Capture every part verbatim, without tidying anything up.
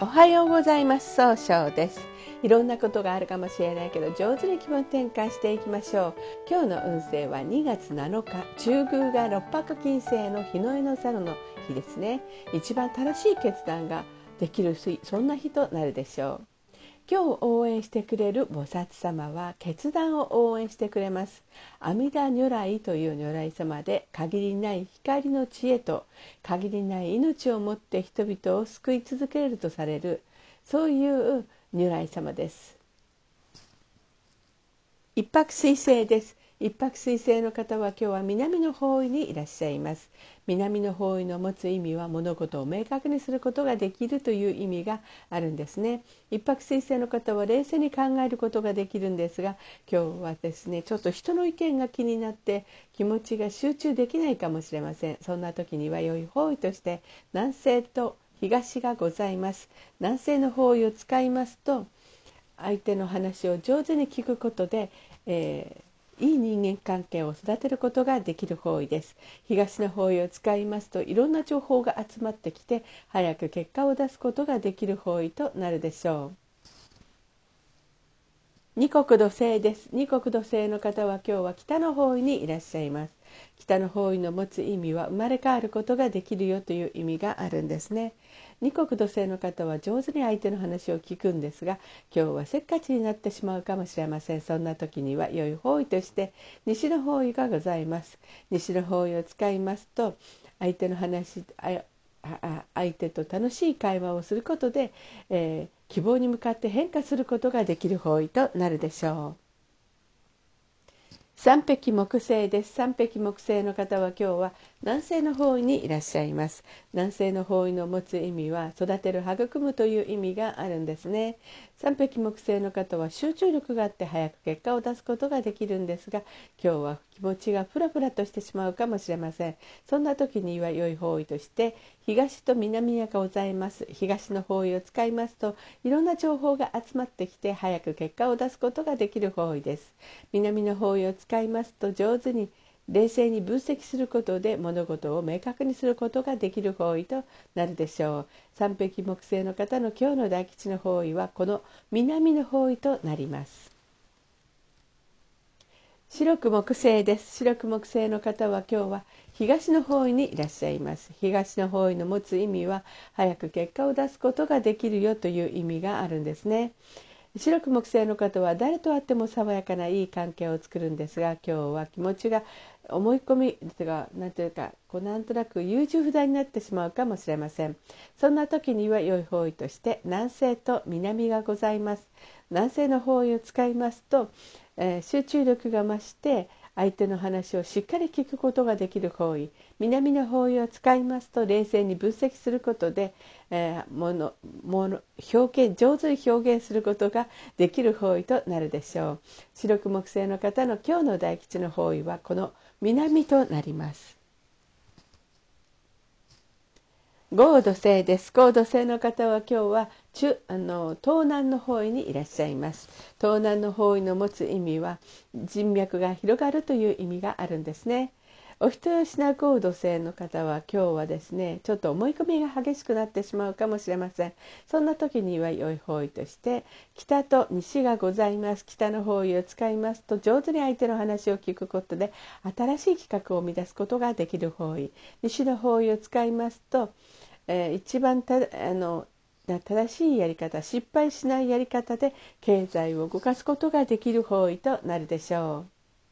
おはようございます。総称です。いろんなことがあるかもしれないけど、上手に気分転換していきましょう。今日の運勢はにがつなのか、中宮が六白金星の日の絵の猿の日ですね。一番正しい決断ができる日、そんな日となるでしょう。今日応援してくれる菩薩様は決断を応援してくれます。阿弥陀如来という如来様で、限りない光の知恵と限りない命をもって人々を救い続けるとされる、そういう如来様です。一泊水星です。一泊水星の方は今日は南の方位にいらっしゃいます。南の方位の持つ意味は、物事を明確にすることができるという意味があるんですね。一泊水星の方は冷静に考えることができるんですが、今日はですね、ちょっと人の意見が気になって気持ちが集中できないかもしれません。そんな時には良い方位として南西と東がございます。南西の方位を使いますと、相手の話を上手に聞くことで、えー、いい人間関係を育てることができる方位です。東の方位を使いますと、いろんな情報が集まってきて早く結果を出すことができる方位となるでしょう。二国土星です。二国土星の方は今日は北の方位にいらっしゃいます。北の方位の持つ意味は、生まれ変わることができるよという意味があるんですね。二国土星の方は上手に相手の話を聞くんですが、今日はせっかちになってしまうかもしれません。そんな時には良い方位として西の方位がございます。西の方位を使いますと、相手の話相手と楽しい会話をすることで、えー、希望に向かって変化することができる方位となるでしょう。三匹木星です。三匹木星の方は今日は南西の方位にいらっしゃいます。南西の方位の持つ意味は、育てる、育むという意味があるんですね。三匹木星の方は集中力があって早く結果を出すことができるんですが、今日は気持ちがフラフラとしてしまうかもしれません。そんな時には良い方位として東と南がございます。東の方位を使いますと、いろんな情報が集まってきて早く結果を出すことができる方位です。南の方位を使いますと、上手に冷静に分析することで物事を明確にすることができる方位となるでしょう。三匹木星の方の今日の大吉の方位はこの南の方位となります。白く木星です。白く木星の方は今日は東の方位にいらっしゃいます。東の方位の持つ意味は、早く結果を出すことができるよという意味があるんですね。白く木星の方は誰と会っても爽やかないい関係を作るんですが、今日は気持ちが思い込みですが、なんというかこうなんとなく優柔不断になってしまうかもしれません。そんな時には良い方位として南西と南がございます。南西の方位を使いますと、えー、集中力が増して相手の話をしっかり聞くことができる方位。南の方位を使いますと、冷静に分析することで、えー、ものもの表現上手に表現することができる方位となるでしょう。白く木星の方の今日の大吉の方位はこの南となります。合土星です。合土星の方は今日は中あの東南の方位にいらっしゃいます。東南の方位の持つ意味は、人脈が広がるという意味があるんですね。お人よしな合土星の方は今日はですね、ちょっと思い込みが激しくなってしまうかもしれません。そんな時には良い方位として北と西がございます。北の方位を使いますと、上手に相手の話を聞くことで新しい企画を生み出すことができる方位。西の方位を使いますと、えー、一番たあの正しいやり方、失敗しないやり方で経済を動かすことができる方位となるでしょう。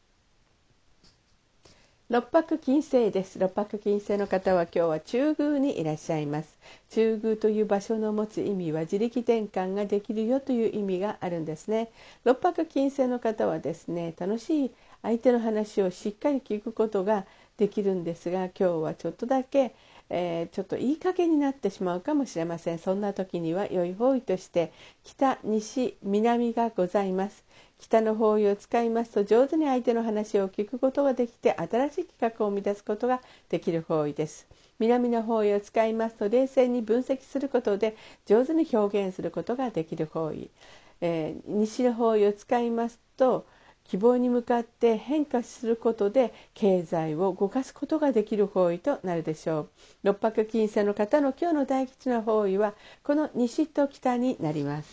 六白金星です。六白金星の方は今日は中宮にいらっしゃいます。中宮という場所の持つ意味は、自力転換ができるよという意味があるんですね。六白金星の方はですね、楽しい相手の話をしっかり聞くことができるんですが、今日はちょっとだけえー、ちょっといい加減になってしまうかもしれません。そんな時には良い方位として北、西、南がございます。北の方位を使いますと、上手に相手の話を聞くことができて新しい企画を生み出すことができる方位です。南の方位を使いますと、冷静に分析することで上手に表現することができる方位。えー、西の方位を使いますと、 希望に向かって変化することで経済を動かすことができる方位となるでしょう。六白金星の方の今日の大吉の方位はこの西と北になります。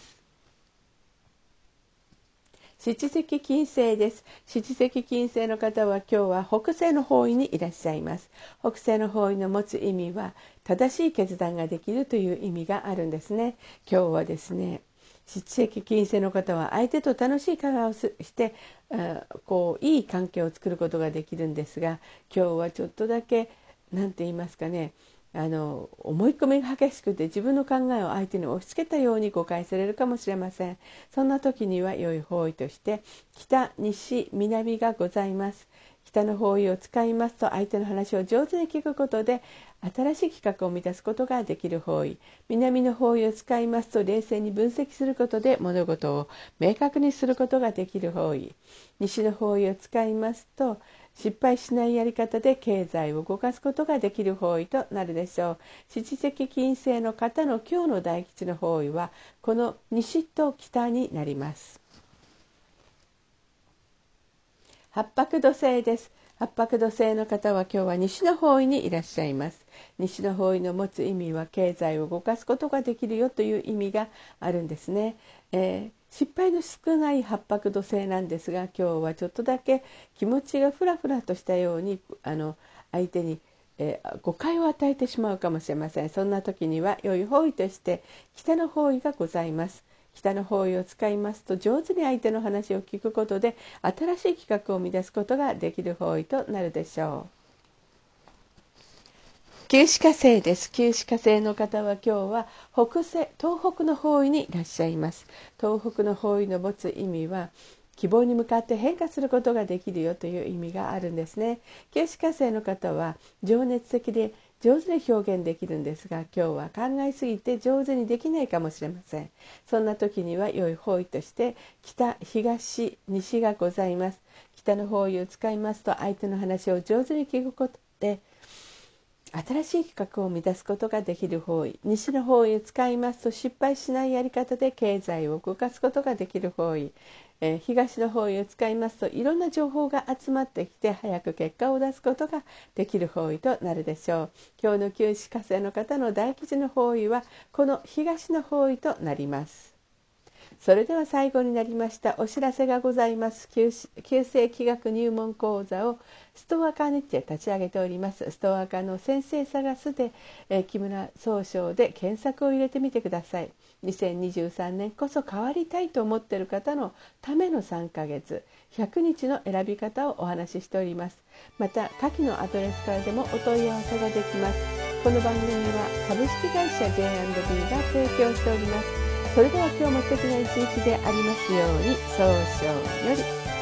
七石金星です。七石金星の方は今日は北西の方位にいらっしゃいます。北西の方位の持つ意味は正しい決断ができるという意味があるんですね。今日はですね、七石金星の方は相手と楽しい会話をしてこういい関係を作ることができるんですが、今日はちょっとだけ何て言いますかね、あの思い込みが激しくて自分の考えを相手に押し付けたように誤解されるかもしれません。そんな時には良い方位として北、西、南がございます。北の方位を使いますと相手の話を上手に聞くことで新しい企画を満たすことができる方位。南の方位を使いますと冷静に分析することで物事を明確にすることができる方位。西の方位を使いますと失敗しないやり方で経済を動かすことができる方位となるでしょう。七石金星の方の今日の大吉の方位はこの西と北になります。八白土星です。八白土星の方は今日は西の方位にいらっしゃいます。西の方位の持つ意味は経済を動かすことができるよという意味があるんですね。えー、失敗の少ない八白土星なんですが、今日はちょっとだけ気持ちがフラフラとしたようにあの相手にえー、誤解を与えてしまうかもしれません。そんな時には良い方位として北の方位がございます。北の方位を使いますと上手に相手の話を聞くことで新しい企画を生み出すことができる方位となるでしょう。九紫火星です。九紫火星の方は今日は北西東北の方位にいらっしゃいます。東北の方位の持つ意味は希望に向かって変化することができるよという意味があるんですね。九紫火星の方は情熱的で上手に表現できるんですが、今日は考えすぎて上手にできないかもしれません。そんな時には良い方位として北、東、西がございます。北の方位を使いますと相手の話を上手に聞くことで新しい企画を満たすことができる方位。西の方位を使いますと失敗しないやり方で経済を動かすことができる方位。えー、東の方位を使いますといろんな情報が集まってきて早く結果を出すことができる方位となるでしょう。今日の九紫火星の方の大吉の方位はこの東の方位となります。それでは最後になりましたお知らせがございます。旧世気学入門講座をストアカにて立ち上げております。ストアカの先生探すで、えー、木村総称で検索を入れてみてください。にせんにじゅうさんねんこそ変わりたいと思っている方のためのさんかげつひゃくにちの選び方をお話ししております。また下記のアドレスからでもお問い合わせができます。この番組は株式会社 ジェイアンドビー が提供しております。それでは今日も素敵な一日でありますように。早々より。